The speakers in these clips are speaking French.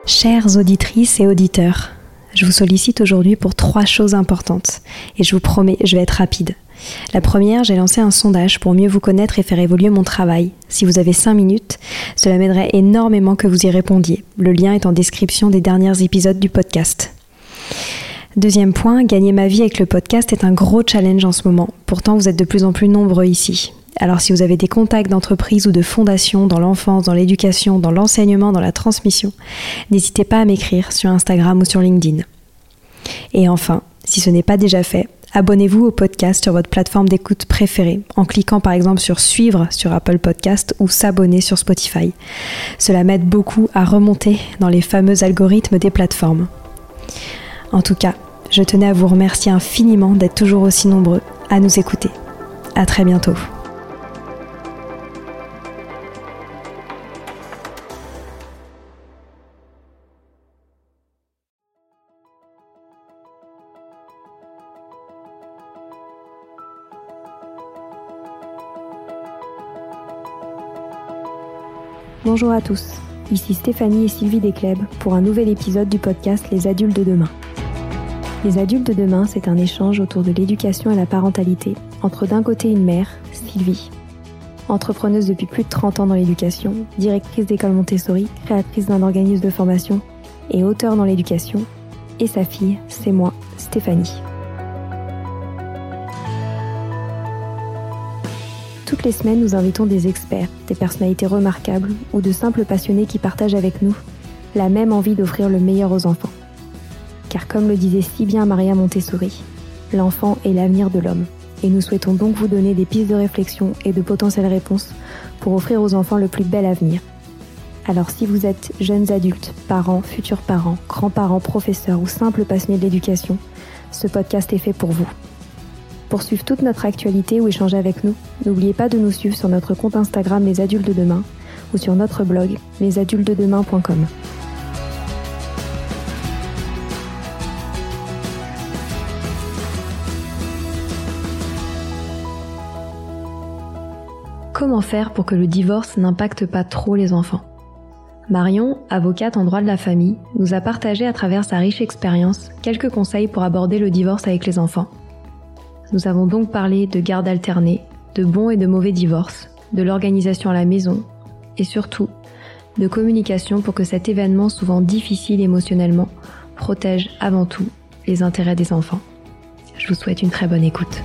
Chères auditrices et auditeurs, je vous sollicite aujourd'hui pour 3 choses importantes et je vous promets, je vais être rapide. La première, j'ai lancé un sondage pour mieux vous connaître et faire évoluer mon travail. Si vous avez 5 minutes, cela m'aiderait énormément que vous y répondiez. Le lien est en description des derniers épisodes du podcast. Deuxième point, gagner ma vie avec le podcast est un gros challenge en ce moment. Pourtant, vous êtes de plus en plus nombreux ici. Alors si vous avez des contacts d'entreprises ou de fondations dans l'enfance, dans l'éducation, dans l'enseignement, dans la transmission, n'hésitez pas à m'écrire sur Instagram ou sur LinkedIn. Et enfin, si ce n'est pas déjà fait, abonnez-vous au podcast sur votre plateforme d'écoute préférée en cliquant par exemple sur suivre sur Apple Podcast ou s'abonner sur Spotify. Cela m'aide beaucoup à remonter dans les fameux algorithmes des plateformes. En tout cas, je tenais à vous remercier infiniment d'être toujours aussi nombreux à nous écouter. À très bientôt. Bonjour à tous, ici Stéphanie et Sylvie Descleb pour un nouvel épisode du podcast Les Adultes de demain. Les Adultes de demain, c'est un échange autour de l'éducation et la parentalité entre d'un côté une mère, Sylvie, entrepreneuse depuis plus de 30 ans dans l'éducation, directrice d'école Montessori, créatrice d'un organisme de formation et auteure dans l'éducation, et sa fille, c'est moi, Stéphanie. Toutes les semaines, nous invitons des experts, des personnalités remarquables ou de simples passionnés qui partagent avec nous la même envie d'offrir le meilleur aux enfants. Car comme le disait si bien Maria Montessori, l'enfant est l'avenir de l'homme. Et nous souhaitons donc vous donner des pistes de réflexion et de potentielles réponses pour offrir aux enfants le plus bel avenir. Alors si vous êtes jeunes adultes, parents, futurs parents, grands-parents, professeurs ou simples passionnés de l'éducation, ce podcast est fait pour vous. Pour suivre toute notre actualité ou échanger avec nous, n'oubliez pas de nous suivre sur notre compte Instagram Les Adultes de Demain ou sur notre blog lesadultesdedemain.com. Comment faire pour que le divorce n'impacte pas trop les enfants ? Marion, avocate en droit de la famille, nous a partagé à travers sa riche expérience quelques conseils pour aborder le divorce avec les enfants. Nous avons donc parlé de garde alternée, de bons et de mauvais divorces, de l'organisation à la maison et surtout de communication pour que cet événement souvent difficile émotionnellement protège avant tout les intérêts des enfants. Je vous souhaite une très bonne écoute.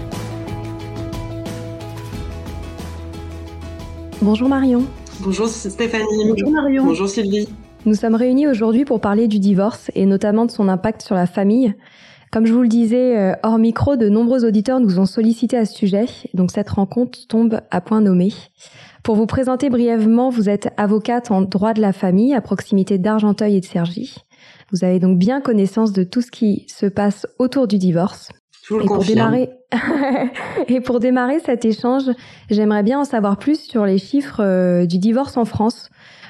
Bonjour Marion. Bonjour Stéphanie. Bonjour Marion. Bonjour Sylvie. Nous sommes réunis aujourd'hui pour parler du divorce et notamment de son impact sur la famille. Comme je vous le disais hors micro, de nombreux auditeurs nous ont sollicité à ce sujet, donc cette rencontre tombe à point nommé. Pour vous présenter brièvement, vous êtes avocate en droit de la famille à proximité d'Argenteuil et de Cergy. Vous avez donc bien connaissance de tout ce qui se passe autour du divorce. Je vous le confirme. Pour démarrer cet échange, j'aimerais bien en savoir plus sur les chiffres du divorce en France.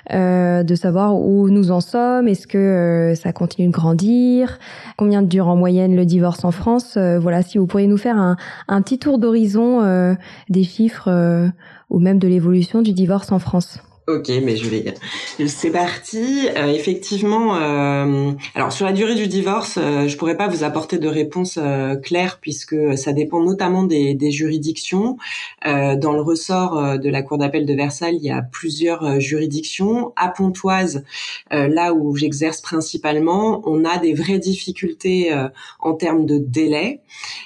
De savoir où nous en sommes, est-ce que ça continue de grandir, combien dure en moyenne le divorce en France, voilà, si vous pourriez nous faire un petit tour d'horizon des chiffres ou même de l'évolution du divorce en France. Ok, mais c'est parti. Effectivement, alors sur la durée du divorce, je pourrais pas vous apporter de réponse claire puisque ça dépend notamment des juridictions. Dans le ressort de la Cour d'appel de Versailles, il y a plusieurs juridictions. À Pontoise, là où j'exerce principalement, on a des vraies difficultés en termes de délai,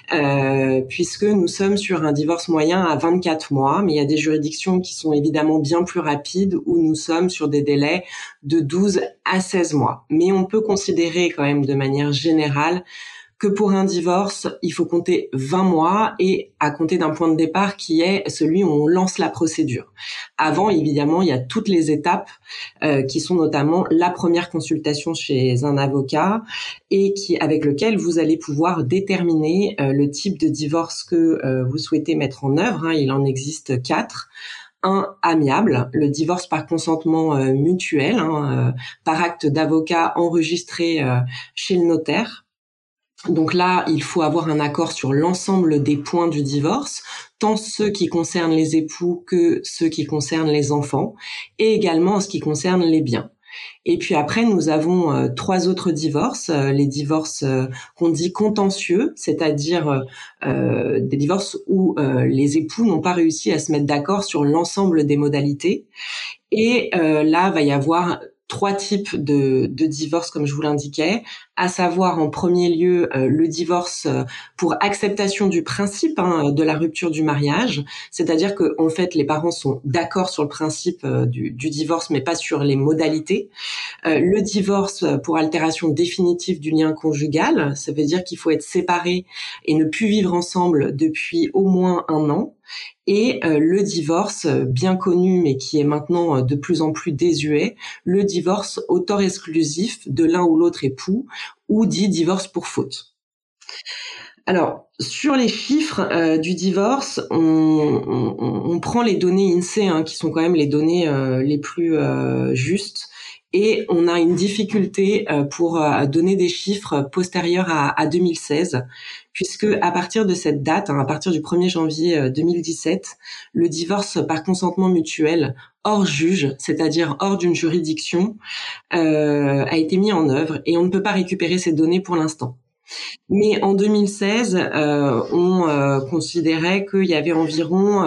puisque nous sommes sur un divorce moyen à 24 mois, mais il y a des juridictions qui sont évidemment bien plus rapides, où nous sommes sur des délais de 12 à 16 mois. Mais on peut considérer quand même de manière générale que pour un divorce, il faut compter 20 mois et à compter d'un point de départ qui est celui où on lance la procédure. Avant, évidemment, il y a toutes les étapes qui sont notamment la première consultation chez un avocat et avec lequel vous allez pouvoir déterminer le type de divorce que vous souhaitez mettre en œuvre. Il en existe 4. Un amiable, le divorce par consentement mutuel, par acte d'avocat enregistré chez le notaire. Donc là, il faut avoir un accord sur l'ensemble des points du divorce, tant ceux qui concernent les époux que ceux qui concernent les enfants, et également en ce qui concerne les biens. Et puis après, nous avons 3 autres divorces, les divorces qu'on dit contentieux, c'est-à-dire des divorces où les époux n'ont pas réussi à se mettre d'accord sur l'ensemble des modalités. Et là, va y avoir 3 types de divorce, comme je vous l'indiquais, à savoir en premier lieu le divorce pour acceptation du principe de la rupture du mariage, c'est-à-dire que en fait les parents sont d'accord sur le principe du divorce, mais pas sur les modalités. Le divorce pour altération définitive du lien conjugal, ça veut dire qu'il faut être séparés et ne plus vivre ensemble depuis au moins 1 an. Et le divorce, bien connu, mais qui est maintenant de plus en plus désuet, le divorce au tort exclusif de l'un ou l'autre époux, ou dit divorce pour faute. Alors, sur les chiffres du divorce, on prend les données INSEE, qui sont quand même les données les plus justes, et on a une difficulté pour donner des chiffres postérieurs à 2016, puisque à partir de cette date, à partir du 1er janvier 2017, le divorce par consentement mutuel hors juge, c'est-à-dire hors d'une juridiction, a été mis en œuvre, et on ne peut pas récupérer ces données pour l'instant. Mais en 2016, on considérait qu'il y avait environ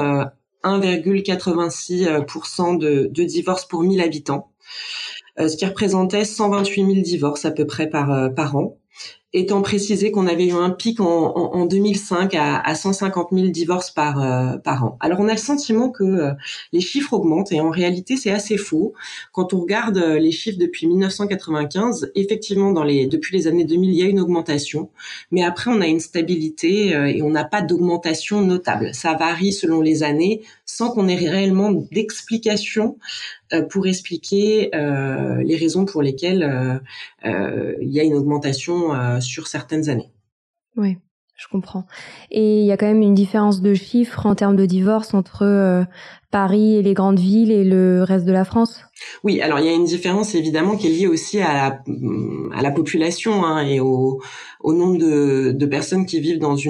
1,86% de divorces pour 1000 habitants, ce qui représentait 128 000 divorces à peu près par an. Étant précisé qu'on avait eu un pic en 2005 à 150 000 divorces par an. Alors on a le sentiment que les chiffres augmentent, et en réalité c'est assez faux. Quand on regarde les chiffres depuis 1995, effectivement depuis les années 2000 il y a une augmentation, mais après on a une stabilité et on n'a pas d'augmentation notable. Ça varie selon les années sans qu'on ait réellement d'explication pour expliquer les raisons pour lesquelles il y a une augmentation sur certaines années. Oui, je comprends. Et il y a quand même une différence de chiffres en termes de divorce entre Paris et les grandes villes et le reste de la France ? Oui, alors il y a une différence évidemment qui est liée aussi à la population et au nombre de personnes qui vivent dans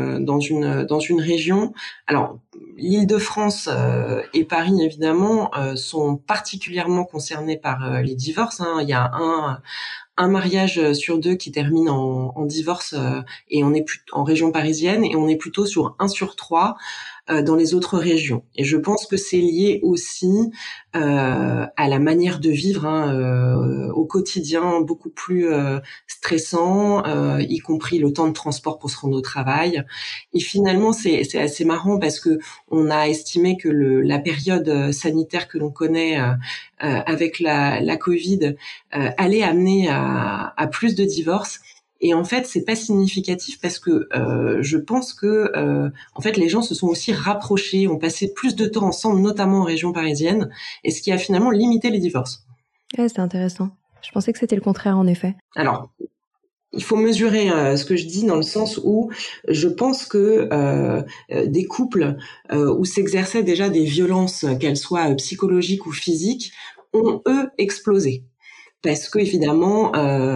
une région. Alors l'Île-de-France et Paris évidemment sont particulièrement concernés par les divorces. Il y a un mariage sur 2 qui termine en divorce et on est en région parisienne, et on est plutôt sur 1 sur 3 dans les autres régions. Et je pense que c'est lié aussi à la manière de vivre au quotidien, beaucoup plus stressant, y compris le temps de transport pour se rendre au travail. Et finalement, c'est assez marrant parce que on a estimé que la période sanitaire que l'on connaît avec la Covid allait amener à plus de divorces. Et en fait, c'est pas significatif parce que je pense que en fait les gens se sont aussi rapprochés, ont passé plus de temps ensemble, notamment en région parisienne, et ce qui a finalement limité les divorces. Ouais, c'est intéressant. Je pensais que c'était le contraire, en effet. Alors, il faut mesurer ce que je dis dans le sens où je pense que des couples où s'exerçaient déjà des violences, qu'elles soient psychologiques ou physiques, ont eux explosé. Parce que évidemment,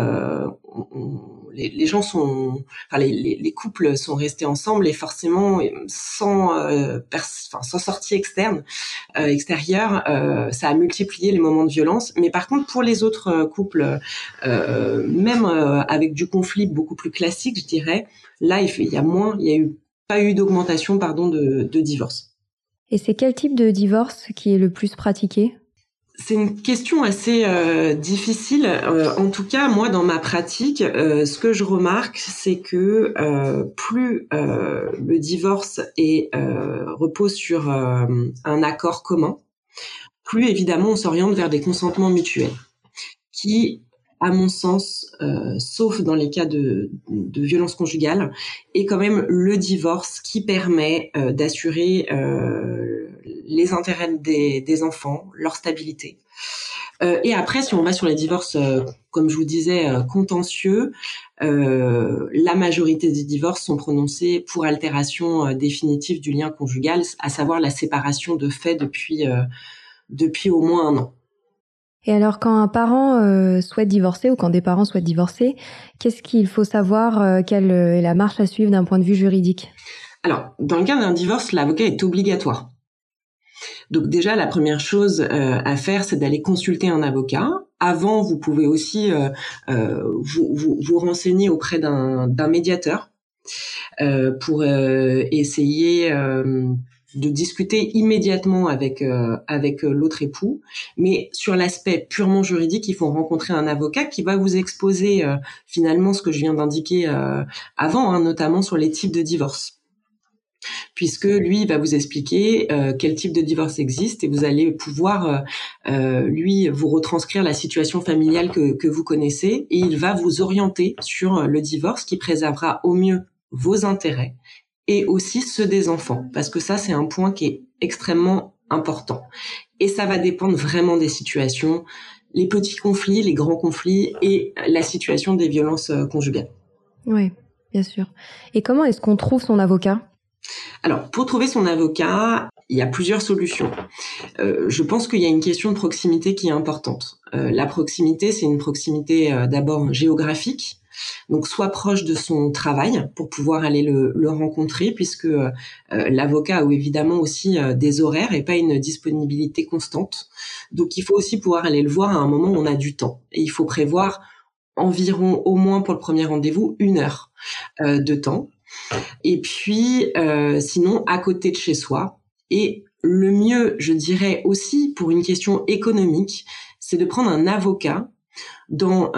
les gens les couples sont restés ensemble, et forcément sans sortie extérieure, ça a multiplié les moments de violence. Mais par contre, pour les autres couples, même avec du conflit beaucoup plus classique, je dirais, là il y a pas eu d'augmentation de divorce. Et c'est quel type de divorce qui est le plus pratiqué ? C'est une question assez difficile. En tout cas, moi, dans ma pratique, ce que je remarque, c'est que plus le divorce repose sur un accord commun, plus évidemment on s'oriente vers des consentements mutuels, qui, à mon sens, sauf dans les cas de violence conjugale, est quand même le divorce qui permet d'assurer les intérêts des enfants, leur stabilité. Et après, si on va sur les divorces, comme je vous disais, contentieux, la majorité des divorces sont prononcés pour altération définitive du lien conjugal, à savoir la séparation de fait depuis au moins 1 an. Et alors, quand un parent souhaite divorcer, ou quand des parents souhaitent divorcer, qu'est-ce qu'il faut savoir, quelle est la marche à suivre d'un point de vue juridique ? Alors, dans le cas d'un divorce, l'avocat est obligatoire. Donc déjà, la première chose à faire, c'est d'aller consulter un avocat. avant, vous pouvez aussi vous renseigner auprès d'un médiateur pour essayer de discuter immédiatement avec l'autre époux. Mais sur l'aspect purement juridique, il faut rencontrer un avocat qui va vous exposer finalement ce que je viens d'indiquer avant, hein, notamment sur les types de divorce. Puisque lui, il va vous expliquer quel type de divorce existe et vous allez pouvoir, lui, vous retranscrire la situation familiale que vous connaissez et il va vous orienter sur le divorce qui préservera au mieux vos intérêts et aussi ceux des enfants. Parce que ça, c'est un point qui est extrêmement important. Et ça va dépendre vraiment des situations, les petits conflits, les grands conflits et la situation des violences conjugales. Oui, bien sûr. Et comment est-ce qu'on trouve son avocat ? Alors, pour trouver son avocat, il y a plusieurs solutions. Je pense qu'il y a une question de proximité qui est importante. La proximité, c'est une proximité d'abord géographique, donc soit proche de son travail pour pouvoir aller le rencontrer, puisque l'avocat a évidemment aussi des horaires et pas une disponibilité constante. Donc, il faut aussi pouvoir aller le voir à un moment où on a du temps. Et il faut prévoir environ, au moins pour le premier rendez-vous, 1 heure de temps. Et puis, sinon, à côté de chez soi. Et le mieux, je dirais aussi, pour une question économique, c'est de prendre un avocat dans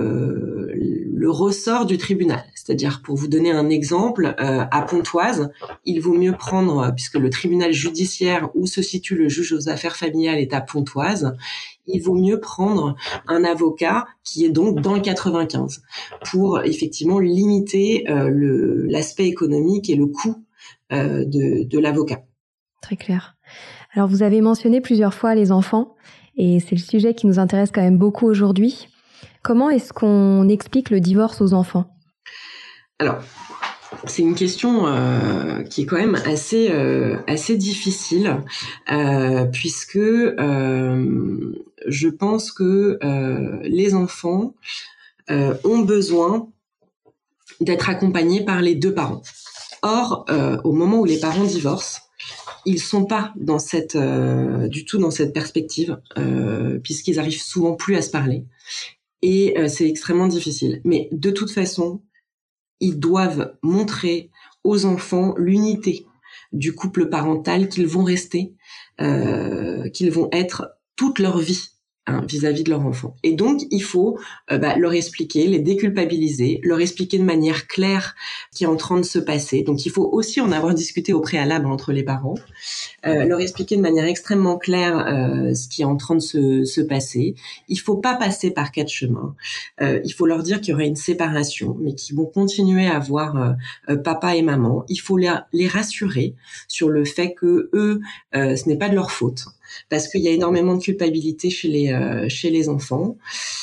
le ressort du tribunal. C'est-à-dire, pour vous donner un exemple, à Pontoise, il vaut mieux prendre, puisque le tribunal judiciaire où se situe le juge aux affaires familiales est à Pontoise, il vaut mieux prendre un avocat qui est donc dans le 95 pour effectivement limiter l'aspect économique et le coût de l'avocat. Très clair. Alors, vous avez mentionné plusieurs fois les enfants et c'est le sujet qui nous intéresse quand même beaucoup aujourd'hui. Comment est-ce qu'on explique le divorce aux enfants ? Alors, c'est une question qui est quand même assez difficile puisque je pense que les enfants ont besoin d'être accompagnés par les deux parents. Or, au moment où les parents divorcent, ils sont pas dans du tout dans cette perspective puisqu'ils arrivent souvent plus à se parler et c'est extrêmement difficile. Mais de toute façon, ils doivent montrer aux enfants l'unité du couple parental qu'ils vont rester, qu'ils vont être toute leur vie vis-à-vis de leur enfant. Et donc, il faut leur expliquer, les déculpabiliser, leur expliquer de manière claire ce qui est en train de se passer. Donc, il faut aussi en avoir discuté au préalable entre les parents, leur expliquer de manière extrêmement claire ce qui est en train de se passer. Il faut pas passer par 4 chemins. Il faut leur dire qu'il y aura une séparation, mais qu'ils vont continuer à voir papa et maman. Il faut les rassurer sur le fait que eux, ce n'est pas de leur faute, parce qu'il y a énormément de culpabilité chez les enfants.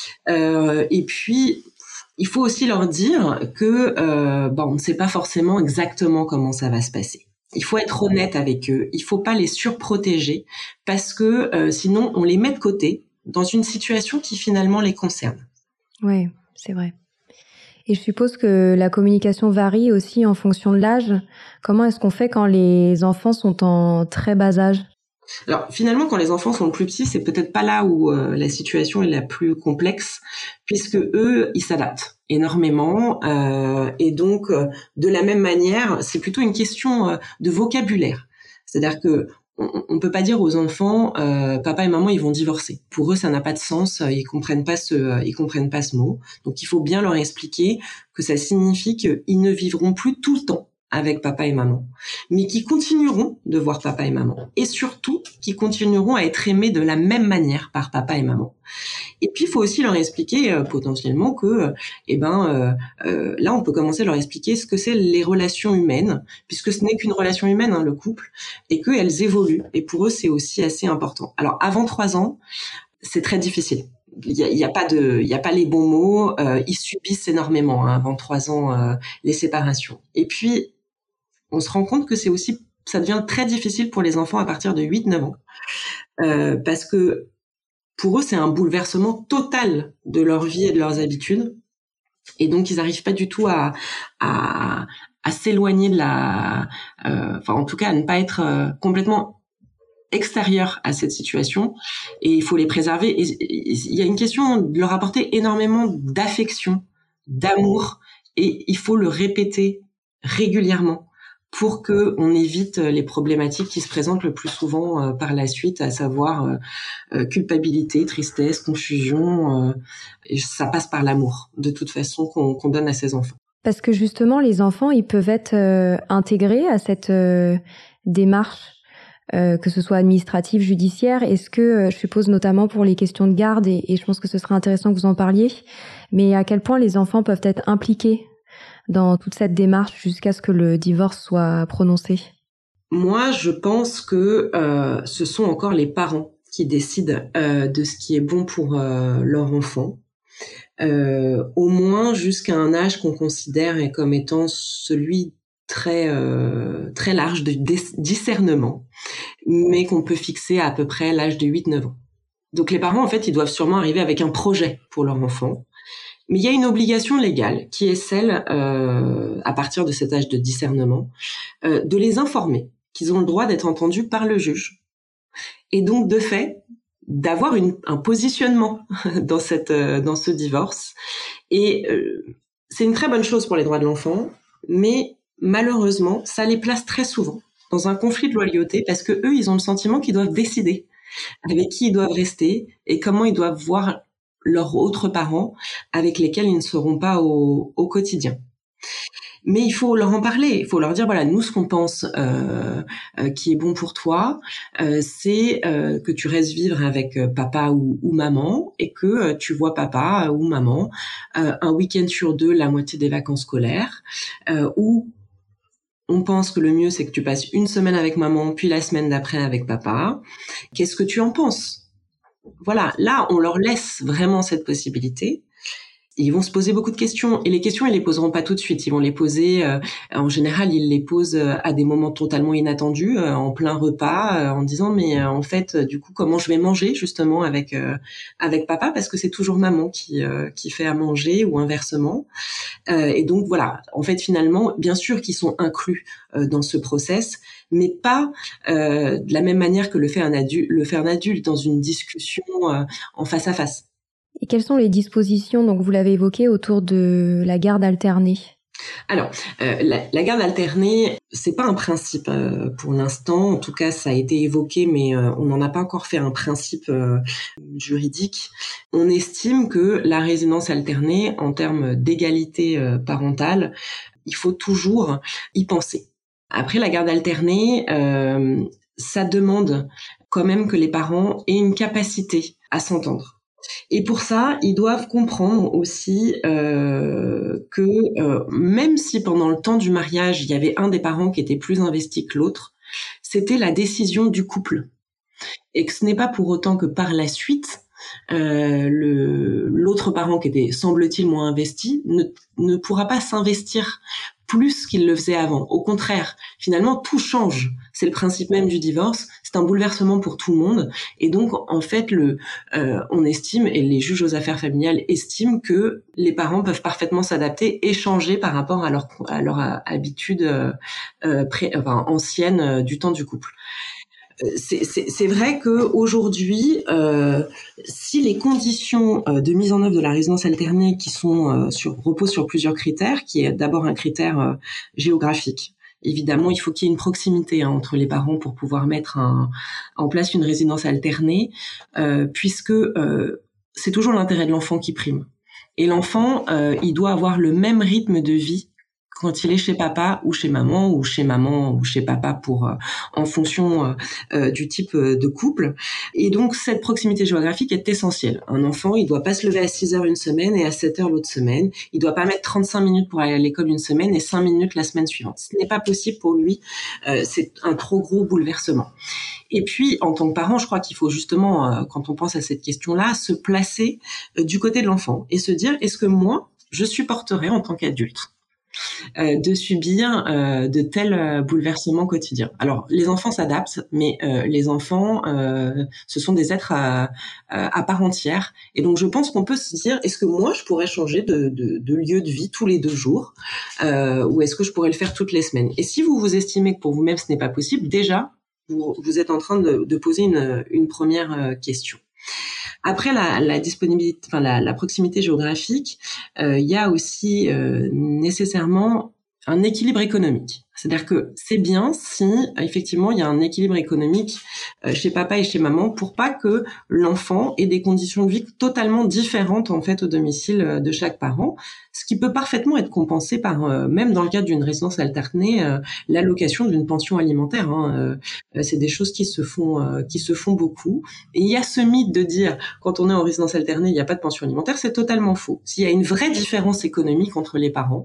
Et puis, il faut aussi leur dire que on ne sait pas forcément exactement comment ça va se passer. Il faut être honnête avec eux. Il faut pas les surprotéger parce que sinon on les met de côté dans une situation qui finalement les concerne. Oui, c'est vrai. Et je suppose que la communication varie aussi en fonction de l'âge. Comment est-ce qu'on fait quand les enfants sont en très bas âge ? Alors finalement, quand les enfants sont plus petits, c'est peut-être pas là où la situation est la plus complexe, puisque eux, ils s'adaptent énormément, et donc de la même manière, c'est plutôt une question de vocabulaire. C'est-à-dire que on peut pas dire aux enfants papa et maman ils vont divorcer. Pour eux, ça n'a pas de sens, ils comprennent pas ce mot. Donc il faut bien leur expliquer que ça signifie qu'ils ne vivront plus tout le temps avec papa et maman, mais qui continueront de voir papa et maman, et surtout qui continueront à être aimés de la même manière par papa et maman. Et puis il faut aussi leur expliquer potentiellement que là on peut commencer à leur expliquer ce que c'est les relations humaines, puisque ce n'est qu'une relation humaine, le couple, et qu'elles évoluent, et pour eux c'est aussi assez important. Alors avant 3 ans, c'est très difficile. Il y a pas les bons mots, ils subissent énormément avant 3 ans les séparations. Et puis on se rend compte que ça devient très difficile pour les enfants à partir de 8-9 ans. Parce que pour eux, c'est un bouleversement total de leur vie et de leurs habitudes. Et donc, ils n'arrivent pas du tout à s'éloigner de en tout cas, à ne pas être complètement extérieurs à cette situation et il faut les préserver. Et il y a une question de leur apporter énormément d'affection, d'amour, et il faut le répéter régulièrement pour que on évite les problématiques qui se présentent le plus souvent par la suite, à savoir culpabilité, tristesse, confusion. Et ça passe par l'amour, de toute façon, qu'on donne à ses enfants. Parce que justement, les enfants, ils peuvent être intégrés à cette démarche, que ce soit administrative, judiciaire. Est-ce que, je suppose notamment pour les questions de garde, et je pense que ce serait intéressant que vous en parliez, mais à quel point les enfants peuvent être impliqués dans toute cette démarche jusqu'à ce que le divorce soit prononcé? Moi, je pense que ce sont encore les parents qui décident de ce qui est bon pour leur enfant, au moins jusqu'à un âge qu'on considère comme étant celui très large de discernement, mais qu'on peut fixer à peu près l'âge de 8-9 ans. Donc les parents, en fait, ils doivent sûrement arriver avec un projet pour leur enfant. Mais il y a une obligation légale qui est celle, à partir de cet âge de discernement, de les informer qu'ils ont le droit d'être entendus par le juge. Et donc, de fait, d'avoir un positionnement dans ce divorce. Et c'est une très bonne chose pour les droits de l'enfant, mais malheureusement, ça les place très souvent dans un conflit de loyauté parce que eux, ils ont le sentiment qu'ils doivent décider avec qui ils doivent rester et comment ils doivent voir leurs autres parents avec lesquels ils ne seront pas au quotidien. Mais il faut leur en parler, il faut leur dire voilà, nous ce qu'on pense qui est bon pour toi, c'est que tu restes vivre avec papa ou maman et que tu vois papa ou maman un week-end sur 2, la moitié des vacances scolaires, ou on pense que le mieux c'est que tu passes une semaine avec maman puis la semaine d'après avec papa. Qu'est-ce que tu en penses? Voilà, là, on leur laisse vraiment cette possibilité. Ils vont se poser beaucoup de questions et les questions, ils les poseront pas tout de suite. Ils vont les poser, en général, ils les posent à des moments totalement inattendus, en plein repas, en disant mais en fait, du coup, comment je vais manger justement avec papa parce que c'est toujours maman qui fait à manger ou inversement. Et donc voilà, en fait, finalement, bien sûr qu'ils sont inclus dans ce process, mais pas de la même manière que le fait un adulte dans une discussion en face à face. Et quelles sont les dispositions, donc vous l'avez évoqué, autour de la garde alternée? Alors, la garde alternée, c'est pas un principe pour l'instant. En tout cas, ça a été évoqué, mais on n'en a pas encore fait un principe juridique. On estime que la résidence alternée, en termes d'égalité parentale, il faut toujours y penser. Après, la garde alternée, ça demande quand même que les parents aient une capacité à s'entendre. Et pour ça, ils doivent comprendre aussi que même si pendant le temps du mariage, il y avait un des parents qui était plus investi que l'autre, c'était la décision du couple. Et que ce n'est pas pour autant que par la suite, l'autre parent qui était, semble-t-il, moins investi, ne pourra pas s'investir plus qu'il le faisait avant. Au contraire, finalement, tout change. C'est le principe même du divorce. C'est un bouleversement pour tout le monde. Et donc, en fait, on estime, et les juges aux affaires familiales estiment que les parents peuvent parfaitement s'adapter et changer par rapport à leur habitude ancienne du temps du couple. C'est vrai qu'aujourd'hui, si les conditions de mise en œuvre de la résidence alternée qui sont reposent sur plusieurs critères, qui est d'abord un critère géographique. Évidemment, il faut qu'il y ait une proximité entre les parents pour pouvoir mettre en place une résidence alternée, puisque c'est toujours l'intérêt de l'enfant qui prime. Et l'enfant, il doit avoir le même rythme de vie quand il est chez papa ou chez maman ou chez papa en fonction du type de couple. Et donc, cette proximité géographique est essentielle. Un enfant, il doit pas se lever à 6h une semaine et à 7h l'autre semaine. Il doit pas mettre 35 minutes pour aller à l'école une semaine et 5 minutes la semaine suivante. Ce n'est pas possible pour lui. C'est un trop gros bouleversement. Et puis, en tant que parent, je crois qu'il faut justement, quand on pense à cette question-là, se placer du côté de l'enfant et se dire, est-ce que moi, je supporterais en tant qu'adulte de subir de tels bouleversements quotidiens. Alors, les enfants s'adaptent, mais les enfants, ce sont des êtres à part entière. Et donc, je pense qu'on peut se dire, est-ce que moi, je pourrais changer de lieu de vie tous les 2 jours ou est-ce que je pourrais le faire toutes les semaines? Et si vous estimez que pour vous-même, ce n'est pas possible, déjà, vous êtes en train de poser une première question. Après la disponibilité, enfin la proximité géographique, il y a aussi nécessairement un équilibre économique. C'est-à-dire que c'est bien si effectivement il y a un équilibre économique chez papa et chez maman pour pas que l'enfant ait des conditions de vie totalement différentes en fait au domicile de chaque parent, ce qui peut parfaitement être compensé par même dans le cadre d'une résidence alternée l'allocation d'une pension alimentaire. C'est des choses qui se font beaucoup. Et il y a ce mythe de dire quand on est en résidence alternée il n'y a pas de pension alimentaire, c'est totalement faux. S'il y a une vraie différence économique entre les parents,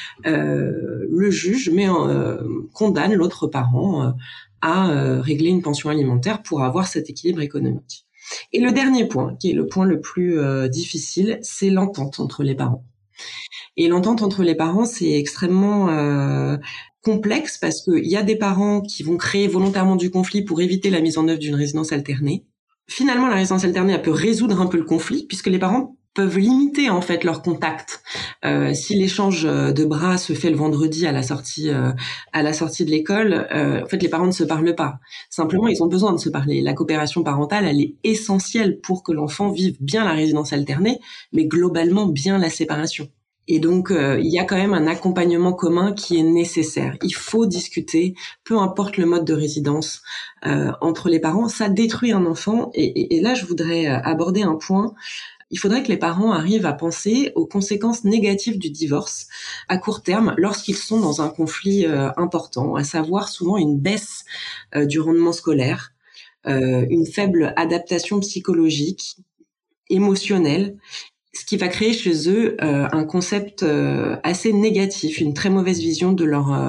le juge condamne l'autre parent à régler une pension alimentaire pour avoir cet équilibre économique. Et le dernier point, qui est le point le plus difficile, c'est l'entente entre les parents. Et l'entente entre les parents, c'est extrêmement complexe parce qu'il y a des parents qui vont créer volontairement du conflit pour éviter la mise en œuvre d'une résidence alternée. Finalement, la résidence alternée, elle peut résoudre un peu le conflit puisque les parents peuvent limiter en fait leur contact. Si l'échange de bras se fait le vendredi à la sortie de l'école, en fait les parents ne se parlent pas. Simplement, ils ont besoin de se parler. La coopération parentale, elle est essentielle pour que l'enfant vive bien la résidence alternée, mais globalement bien la séparation. Et donc, il y a quand même un accompagnement commun qui est nécessaire. Il faut discuter, peu importe le mode de résidence, entre les parents. Ça détruit un enfant. Et là, je voudrais aborder un point. Il faudrait que les parents arrivent à penser aux conséquences négatives du divorce à court terme lorsqu'ils sont dans un conflit important, à savoir souvent une baisse du rendement scolaire, une faible adaptation psychologique, émotionnelle, ce qui va créer chez eux un concept assez négatif, une très mauvaise vision de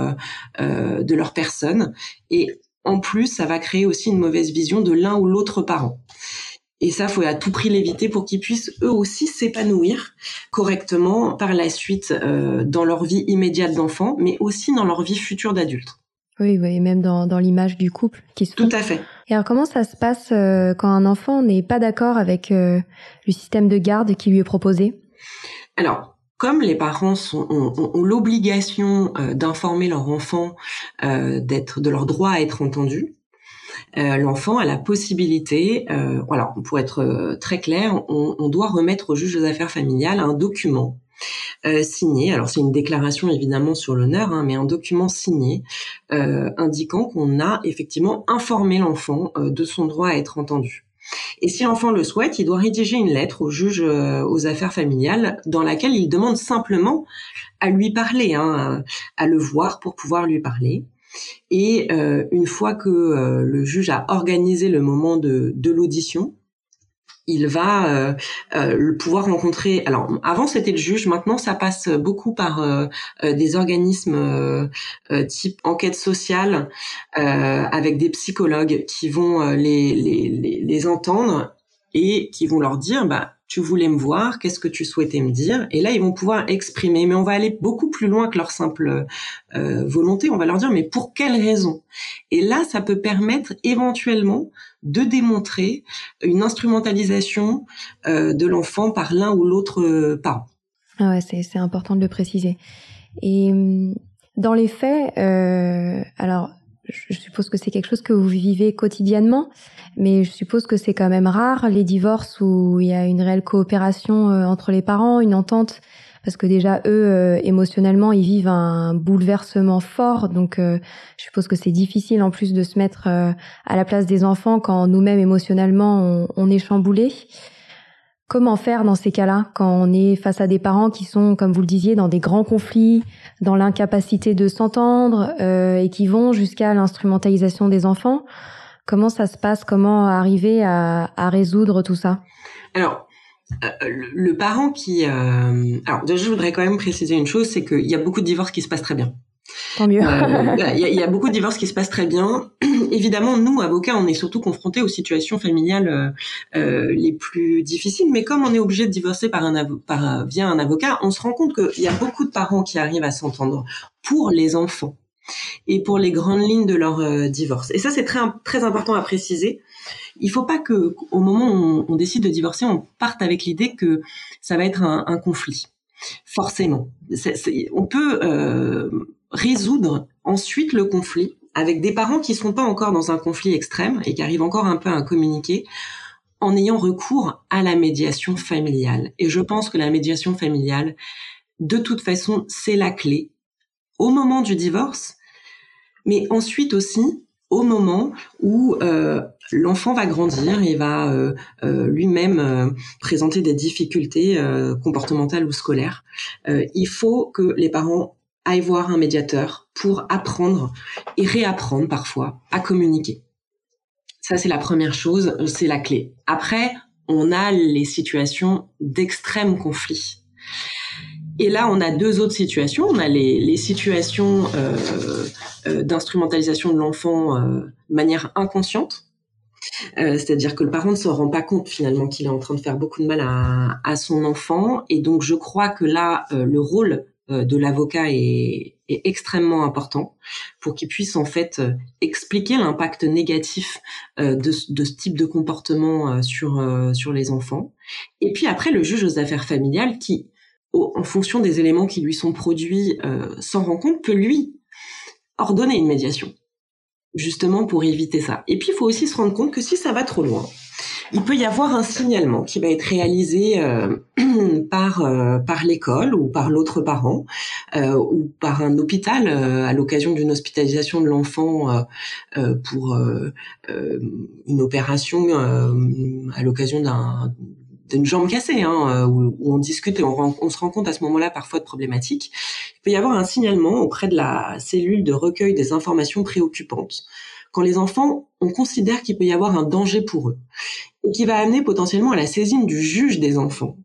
leur personne. Et en plus, ça va créer aussi une mauvaise vision de l'un ou l'autre parent. Et ça, faut à tout prix l'éviter pour qu'ils puissent eux aussi s'épanouir correctement par la suite dans leur vie immédiate d'enfant, mais aussi dans leur vie future d'adulte. Oui, et même dans l'image du couple qui se Tout à fait. Et alors, comment ça se passe quand un enfant n'est pas d'accord avec le système de garde qui lui est proposé ? Alors, comme les parents ont l'obligation d'informer leur enfant de leur droit à être entendu, l'enfant a la possibilité, voilà, pour être très clair, on doit remettre au juge aux affaires familiales un document signé. Alors c'est une déclaration évidemment sur l'honneur, mais un document signé indiquant qu'on a effectivement informé l'enfant de son droit à être entendu. Et si l'enfant le souhaite, il doit rédiger une lettre au juge aux affaires familiales dans laquelle il demande simplement à lui parler, à le voir pour pouvoir lui parler. Et une fois que le juge a organisé le moment de l'audition, il va pouvoir rencontrer. Alors avant c'était le juge, maintenant ça passe beaucoup par des organismes type enquête sociale avec des psychologues qui vont les entendre et qui vont leur dire tu voulais me voir, qu'est-ce que tu souhaitais me dire? Et là, ils vont pouvoir exprimer, mais on va aller beaucoup plus loin que leur simple volonté. On va leur dire, mais pour quelle raison? Et là, ça peut permettre éventuellement de démontrer une instrumentalisation de l'enfant par l'un ou l'autre parent. Ah ouais, c'est important de le préciser. Et dans les faits, alors je suppose que c'est quelque chose que vous vivez quotidiennement, mais je suppose que c'est quand même rare les divorces où il y a une réelle coopération entre les parents, une entente, parce que déjà eux émotionnellement ils vivent un bouleversement fort, donc je suppose que c'est difficile en plus de se mettre à la place des enfants quand nous-mêmes émotionnellement on est chamboulés. Comment faire dans ces cas-là quand on est face à des parents qui sont, comme vous le disiez, dans des grands conflits, dans l'incapacité de s'entendre et qui vont jusqu'à l'instrumentalisation des enfants? Comment ça se passe? Comment arriver à résoudre tout ça? Alors, le parent qui... Alors déjà, je voudrais quand même préciser une chose, c'est qu'il y a beaucoup de divorces qui se passent très bien. Tant mieux. Il y a beaucoup de divorces qui se passent très bien. Évidemment, nous, avocats, on est surtout confrontés aux situations familiales les plus difficiles. Mais comme on est obligé de divorcer via un avocat, on se rend compte qu'il y a beaucoup de parents qui arrivent à s'entendre pour les enfants et pour les grandes lignes de leur divorce. Et ça, c'est très, très important à préciser. Il faut pas que, au moment où on décide de divorcer, on parte avec l'idée que ça va être un conflit. Forcément. On peut résoudre ensuite le conflit avec des parents qui sont pas encore dans un conflit extrême et qui arrivent encore un peu à communiquer, en ayant recours à la médiation familiale. Et je pense que la médiation familiale, de toute façon, c'est la clé au moment du divorce, mais ensuite aussi au moment où l'enfant va grandir et va lui-même présenter des difficultés comportementales ou scolaires. Il faut que les parents aillent voir un médiateur pour apprendre et réapprendre parfois à communiquer. Ça, c'est la première chose, c'est la clé. Après, on a les situations d'extrême conflit. Et là, on a deux autres situations. On a les situations d'instrumentalisation de l'enfant de manière inconsciente. C'est-à-dire que le parent ne se rend pas compte finalement qu'il est en train de faire beaucoup de mal à son enfant. Et donc, je crois que là, le rôle de l'avocat est extrêmement important pour qu'il puisse en fait expliquer l'impact négatif de ce type de comportement sur les enfants. Et puis après, le juge aux affaires familiales qui, en fonction des éléments qui lui sont produits, s'en rend compte, peut lui ordonner une médiation, justement pour éviter ça. Et puis, il faut aussi se rendre compte que si ça va trop loin, il peut y avoir un signalement qui va être réalisé par l'école ou par l'autre parent ou par un hôpital à l'occasion d'une hospitalisation de l'enfant pour une opération à l'occasion d'une jambe cassée, où on discute et on se rend compte à ce moment-là parfois de problématiques. Il peut y avoir un signalement auprès de la cellule de recueil des informations préoccupantes quand les enfants, on considère qu'il peut y avoir un danger pour eux et qui va amener potentiellement à la saisine du juge des enfants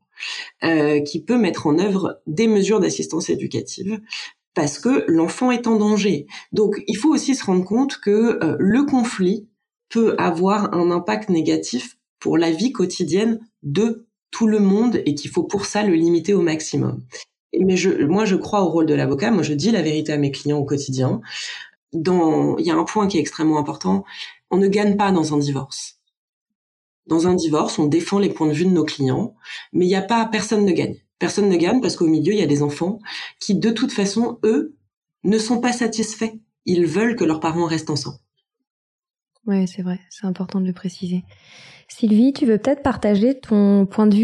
qui peut mettre en œuvre des mesures d'assistance éducative parce que l'enfant est en danger. Donc, il faut aussi se rendre compte que le conflit peut avoir un impact négatif pour la vie quotidienne de tout le monde et qu'il faut pour ça le limiter au maximum. Mais moi, je crois au rôle de l'avocat. Moi, je dis la vérité à mes clients au quotidien. Il y a un point qui est extrêmement important. On ne gagne pas dans un divorce. Dans un divorce, on défend les points de vue de nos clients, mais personne ne gagne. Personne ne gagne parce qu'au milieu, il y a des enfants qui, de toute façon, eux, ne sont pas satisfaits. Ils veulent que leurs parents restent ensemble. Ouais, c'est vrai. C'est important de le préciser. Sylvie, tu veux peut-être partager ton point de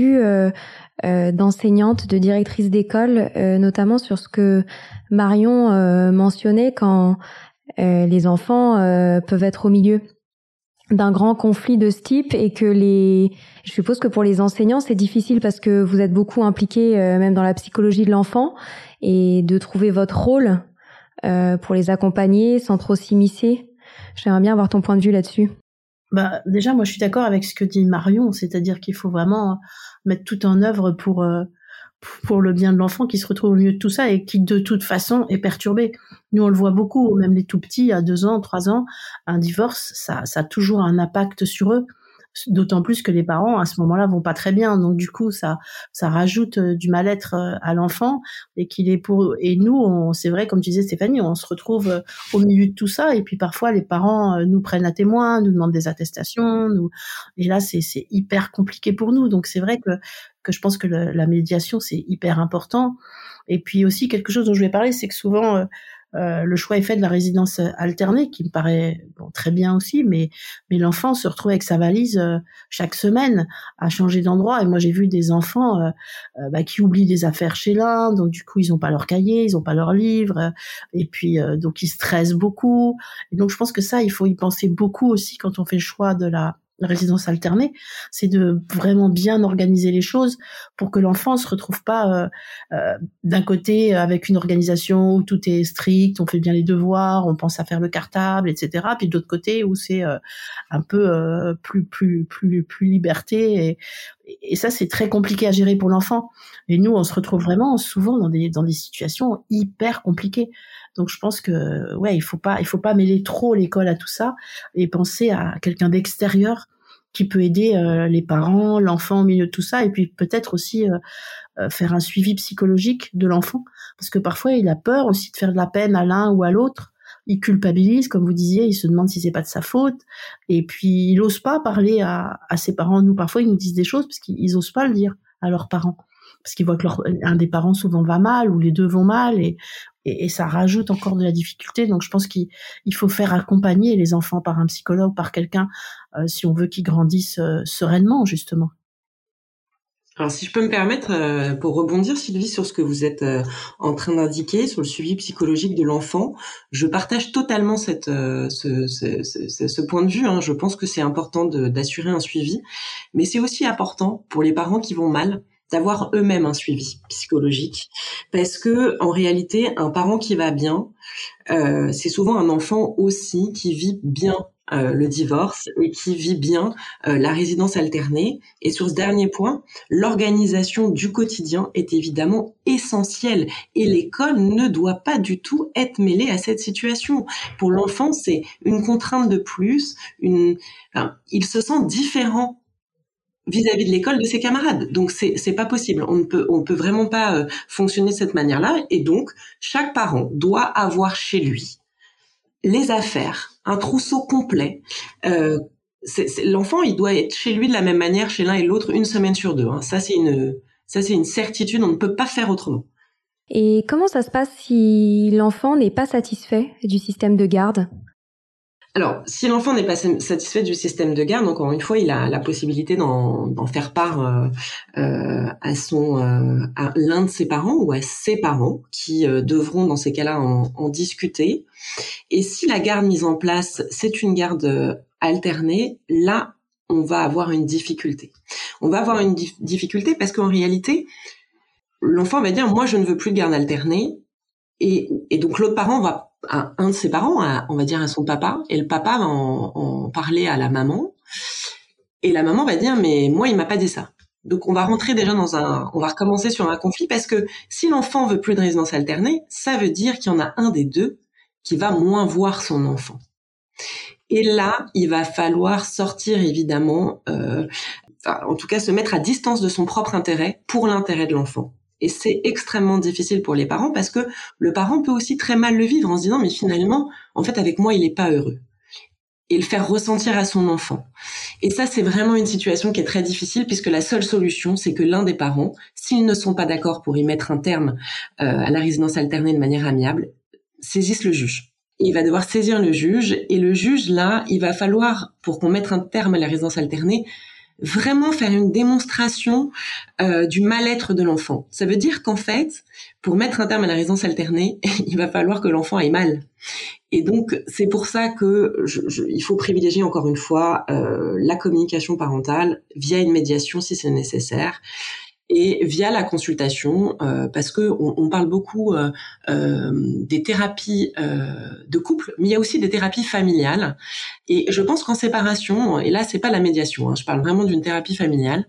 vue d'enseignante, de directrice d'école, notamment sur ce que Marion mentionnait quand les enfants peuvent être au milieu d'un grand conflit de ce type et que je suppose que pour les enseignants, c'est difficile parce que vous êtes beaucoup impliqués même dans la psychologie de l'enfant et de trouver votre rôle pour les accompagner sans trop s'immiscer. J'aimerais bien avoir ton point de vue là-dessus. Déjà, moi, je suis d'accord avec ce que dit Marion, c'est-à-dire qu'il faut vraiment mettre tout en œuvre pour le bien de l'enfant qui se retrouve au milieu de tout ça et qui, de toute façon, est perturbé. Nous, on le voit beaucoup, même les tout petits, à 2 ans, 3 ans, un divorce, ça a toujours un impact sur eux. D'autant plus que les parents, à ce moment-là, vont pas très bien. Donc, du coup, ça rajoute du mal-être à l'enfant et et nous, c'est vrai, comme tu disais, Stéphanie, on se retrouve au milieu de tout ça. Et puis, parfois, les parents nous prennent à témoin, nous demandent des attestations, et là, c'est hyper compliqué pour nous. Donc, c'est vrai que je pense que la médiation, c'est hyper important. Et puis aussi, quelque chose dont je vais parler, c'est que souvent, le choix est fait de la résidence alternée, qui me paraît très bien aussi, mais l'enfant se retrouve avec sa valise chaque semaine à changer d'endroit. Et moi, j'ai vu des enfants qui oublient des affaires chez l'un, donc du coup, ils n'ont pas leur cahier, ils n'ont pas leurs livres, et puis donc ils stressent beaucoup. Et donc, je pense que ça, il faut y penser beaucoup aussi quand on fait le choix de la résidence alternée, c'est de vraiment bien organiser les choses pour que l'enfant se retrouve pas d'un côté avec une organisation où tout est strict, on fait bien les devoirs, on pense à faire le cartable, etc. Puis de l'autre côté où c'est un peu plus liberté et ça c'est très compliqué à gérer pour l'enfant. Et nous on se retrouve vraiment souvent dans des situations hyper compliquées. Donc je pense que il faut pas mêler trop l'école à tout ça et penser à quelqu'un d'extérieur qui peut aider les parents, l'enfant au milieu de tout ça et puis peut-être aussi faire un suivi psychologique de l'enfant parce que parfois il a peur aussi de faire de la peine à l'un ou à l'autre. Il culpabilise, comme vous disiez, il se demande si c'est pas de sa faute et puis il ose pas parler à ses parents. Nous parfois ils nous disent des choses parce qu'ils osent pas le dire à leurs parents parce qu'ils voient que un des parents souvent va mal ou les deux vont mal et et ça rajoute encore de la difficulté. Donc je pense qu'il faut faire accompagner les enfants par un psychologue, par quelqu'un, si on veut qu'ils grandissent sereinement, justement. Alors, si je peux me permettre, pour rebondir, Sylvie, sur ce que vous êtes en train d'indiquer, sur le suivi psychologique de l'enfant, je partage totalement ce point de vue. Hein. Je pense que c'est important d'assurer un suivi, mais c'est aussi important pour les parents qui vont mal d'avoir eux-mêmes un suivi psychologique, parce que en réalité, un parent qui va bien, c'est souvent un enfant aussi qui vit bien le divorce et qui vit bien la résidence alternée. Et sur ce dernier point, l'organisation du quotidien est évidemment essentielle et l'école ne doit pas du tout être mêlée à cette situation. Pour l'enfant, c'est une contrainte de plus, il se sent différent vis-à-vis de l'école de ses camarades. Donc c'est pas possible. On peut vraiment pas fonctionner de cette manière-là. Et donc chaque parent doit avoir chez lui les affaires, un trousseau complet. L'enfant, il doit être chez lui de la même manière chez l'un et l'autre 1 semaine sur 2. Hein. Ça c'est une certitude. On ne peut pas faire autrement. Et comment ça se passe si l'enfant n'est pas satisfait du système de garde ? Alors, si l'enfant n'est pas satisfait du système de garde, encore une fois, il a la possibilité d'en faire part à l'un de ses parents ou à ses parents qui devront, dans ces cas-là, en discuter. Et si la garde mise en place, c'est une garde alternée, là, on va avoir une difficulté. On va avoir une difficulté parce qu'en réalité, l'enfant va dire « moi, je ne veux plus de garde alternée ». Et donc, l'autre parent va à un de ses parents, on va dire à son papa, et le papa va en parler à la maman, et la maman va dire mais moi il m'a pas dit ça. Donc on va rentrer déjà on va recommencer sur un conflit parce que si l'enfant veut plus de résidence alternée, ça veut dire qu'il y en a un des deux qui va moins voir son enfant. Et là, il va falloir sortir évidemment, en tout cas se mettre à distance de son propre intérêt pour l'intérêt de l'enfant. Et c'est extrêmement difficile pour les parents parce que le parent peut aussi très mal le vivre en se disant mais finalement, en fait, avec moi, il est pas heureux. Et le faire ressentir à son enfant. Et ça, c'est vraiment une situation qui est très difficile puisque la seule solution, c'est que l'un des parents, s'ils ne sont pas d'accord pour y mettre un terme à la résidence alternée de manière amiable, saisisse le juge. Et il va devoir saisir le juge et le juge, là, il va falloir, pour qu'on mette un terme à la résidence alternée, vraiment faire une démonstration du mal-être de l'enfant. Ça veut dire qu'en fait, pour mettre un terme à la résidence alternée, il va falloir que l'enfant aille mal. Et donc, c'est pour ça que il faut privilégier encore une fois la communication parentale via une médiation si c'est nécessaire et via la consultation parce que on parle beaucoup des thérapies de couple, mais il y a aussi des thérapies familiales. Et je pense qu'en séparation, et là c'est pas la médiation, hein, je parle vraiment d'une thérapie familiale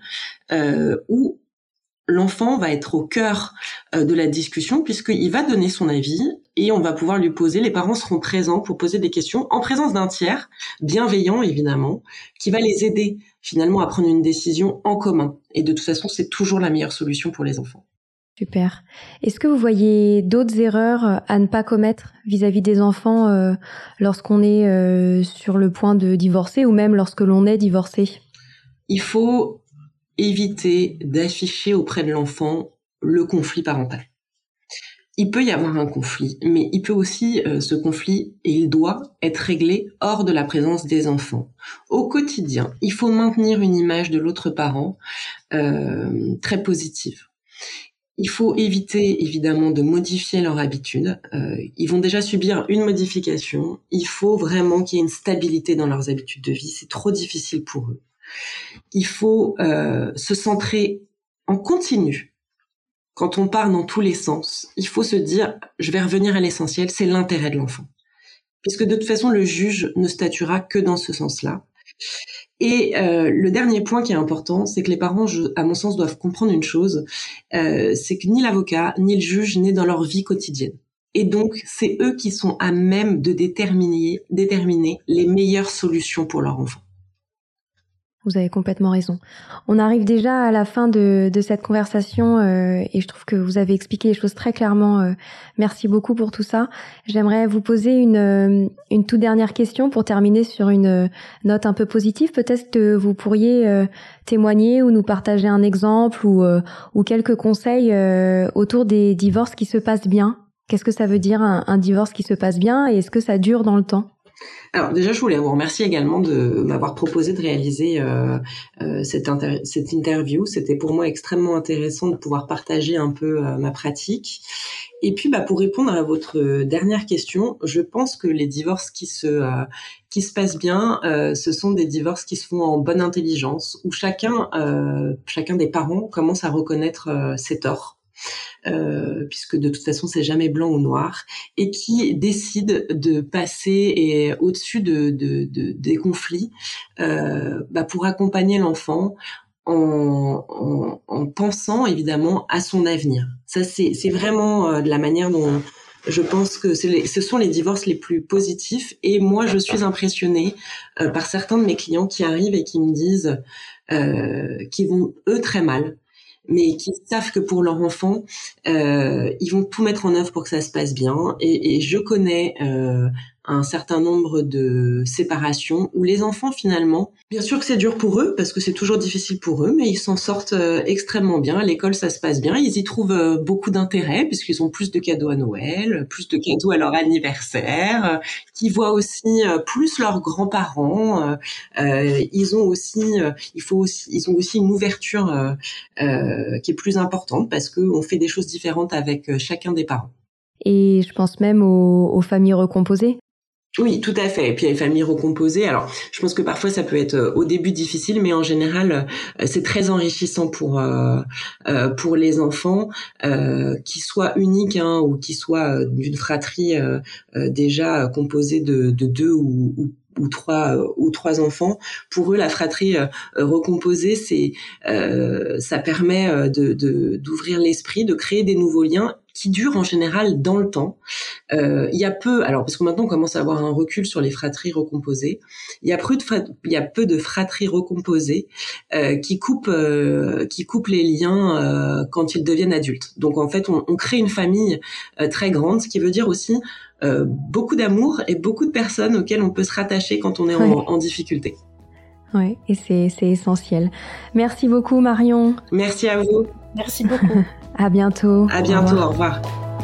où l'enfant va être au cœur de la discussion puisqu'il va donner son avis et on va pouvoir lui poser, les parents seront présents pour poser des questions en présence d'un tiers, bienveillant évidemment, qui va les aider finalement à prendre une décision en commun. Et de toute façon, c'est toujours la meilleure solution pour les enfants. Super. Est-ce que vous voyez d'autres erreurs à ne pas commettre vis-à-vis des enfants lorsqu'on est sur le point de divorcer ou même lorsque l'on est divorcé ? Il faut éviter d'afficher auprès de l'enfant le conflit parental. Il peut y avoir un conflit, mais il peut aussi, ce conflit, et il doit être réglé hors de la présence des enfants. Au quotidien, il faut maintenir une image de l'autre parent très positive. Il faut éviter, évidemment, de modifier leur habitude. Ils vont déjà subir une modification. Il faut vraiment qu'il y ait une stabilité dans leurs habitudes de vie. C'est trop difficile pour eux. Il faut se centrer en continu. Quand on part dans tous les sens, il faut se dire, je vais revenir à l'essentiel, c'est l'intérêt de l'enfant. Puisque de toute façon, le juge ne statuera que dans ce sens-là. Et le dernier point qui est important, c'est que les parents, à mon sens, doivent comprendre une chose, c'est que ni l'avocat, ni le juge n'est dans leur vie quotidienne. Et donc, c'est eux qui sont à même de déterminer les meilleures solutions pour leur enfant. Vous avez complètement raison. On arrive déjà à la fin de cette conversation et je trouve que vous avez expliqué les choses très clairement. Merci beaucoup pour tout ça. J'aimerais vous poser une toute dernière question pour terminer sur une note un peu positive. Peut-être que vous pourriez témoigner ou nous partager un exemple ou quelques conseils autour des divorces qui se passent bien Qu'est-ce que ça veut dire un divorce qui se passe bien et est-ce que ça dure dans le temps ? Alors déjà, je voulais vous remercier également de m'avoir proposé de réaliser cette interview. C'était pour moi extrêmement intéressant de pouvoir partager un peu ma pratique. Et puis, pour répondre à votre dernière question, je pense que les divorces qui se passent bien, ce sont des divorces qui se font en bonne intelligence, où chacun des parents commence à reconnaître ses torts. Puisque de toute façon c'est jamais blanc ou noir, et qui décide de passer au-dessus des conflits pour accompagner l'enfant en pensant évidemment à son avenir. Ça c'est vraiment de la manière dont je pense que ce sont les divorces les plus positifs, et moi je suis impressionnée par certains de mes clients qui arrivent et qui me disent qu'ils vont eux très mal, mais qui savent que pour leur enfant, ils vont tout mettre en œuvre pour que ça se passe bien. Et je connais un certain nombre de séparations où les enfants, finalement, bien sûr que c'est dur pour eux, parce que c'est toujours difficile pour eux, mais ils s'en sortent extrêmement bien. À l'école, ça se passe bien. Ils y trouvent beaucoup d'intérêt, puisqu'ils ont plus de cadeaux à Noël, plus de cadeaux à leur anniversaire, qui voient aussi plus leurs grands-parents. Ils ont aussi une ouverture qui est plus importante, parce qu'on fait des choses différentes avec chacun des parents. Et je pense même aux familles recomposées. Oui, tout à fait. Et puis les familles recomposées. Alors, je pense que parfois ça peut être au début difficile, mais en général, c'est très enrichissant pour les enfants, qu'ils soient uniques ou qu'ils soient d'une fratrie déjà composée de deux ou trois enfants. Pour eux, la fratrie recomposée, ça permet d'ouvrir l'esprit, de créer des nouveaux liens qui durent en général dans le temps. Il y a peu, alors parce que maintenant on commence à avoir un recul sur les fratries recomposées, il y a peu de fratries recomposées qui coupent les liens quand ils deviennent adultes. Donc en fait, on crée une famille très grande, ce qui veut dire aussi beaucoup d'amour et beaucoup de personnes auxquelles on peut se rattacher quand on est en difficulté. Oui, et c'est essentiel. Merci beaucoup Marion. Merci à vous. Merci beaucoup. À bientôt. À bientôt, au revoir.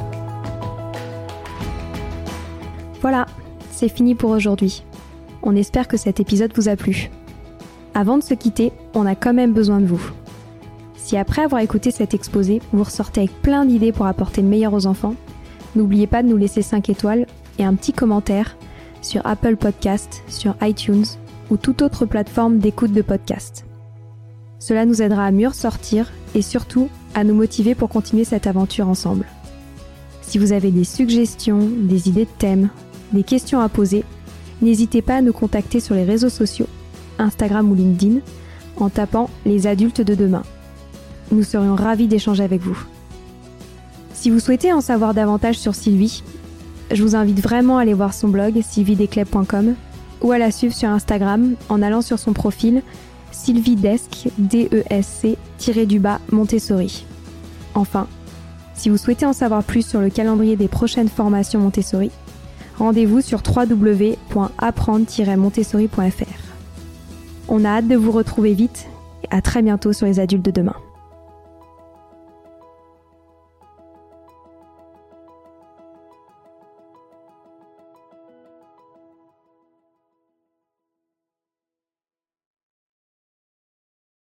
Voilà, c'est fini pour aujourd'hui. On espère que cet épisode vous a plu. Avant de se quitter, on a quand même besoin de vous. Si après avoir écouté cet exposé, vous ressortez avec plein d'idées pour apporter le meilleur aux enfants, n'oubliez pas de nous laisser 5 étoiles et un petit commentaire sur Apple Podcast, sur iTunes ou toute autre plateforme d'écoute de podcast. Cela nous aidera à mieux ressortir et surtout à nous motiver pour continuer cette aventure ensemble. Si vous avez des suggestions, des idées de thèmes, des questions à poser, n'hésitez pas à nous contacter sur les réseaux sociaux, Instagram ou LinkedIn, en tapant « Les adultes de demain ». Nous serions ravis d'échanger avec vous. Si vous souhaitez en savoir davantage sur Sylvie, je vous invite vraiment à aller voir son blog sylviedesclés.com ou à la suivre sur Instagram en allant sur son profil sylviedesc, Montessori. Enfin, si vous souhaitez en savoir plus sur le calendrier des prochaines formations Montessori, rendez-vous sur www.apprendre-montessori.fr. On a hâte de vous retrouver vite et à très bientôt sur les adultes de demain.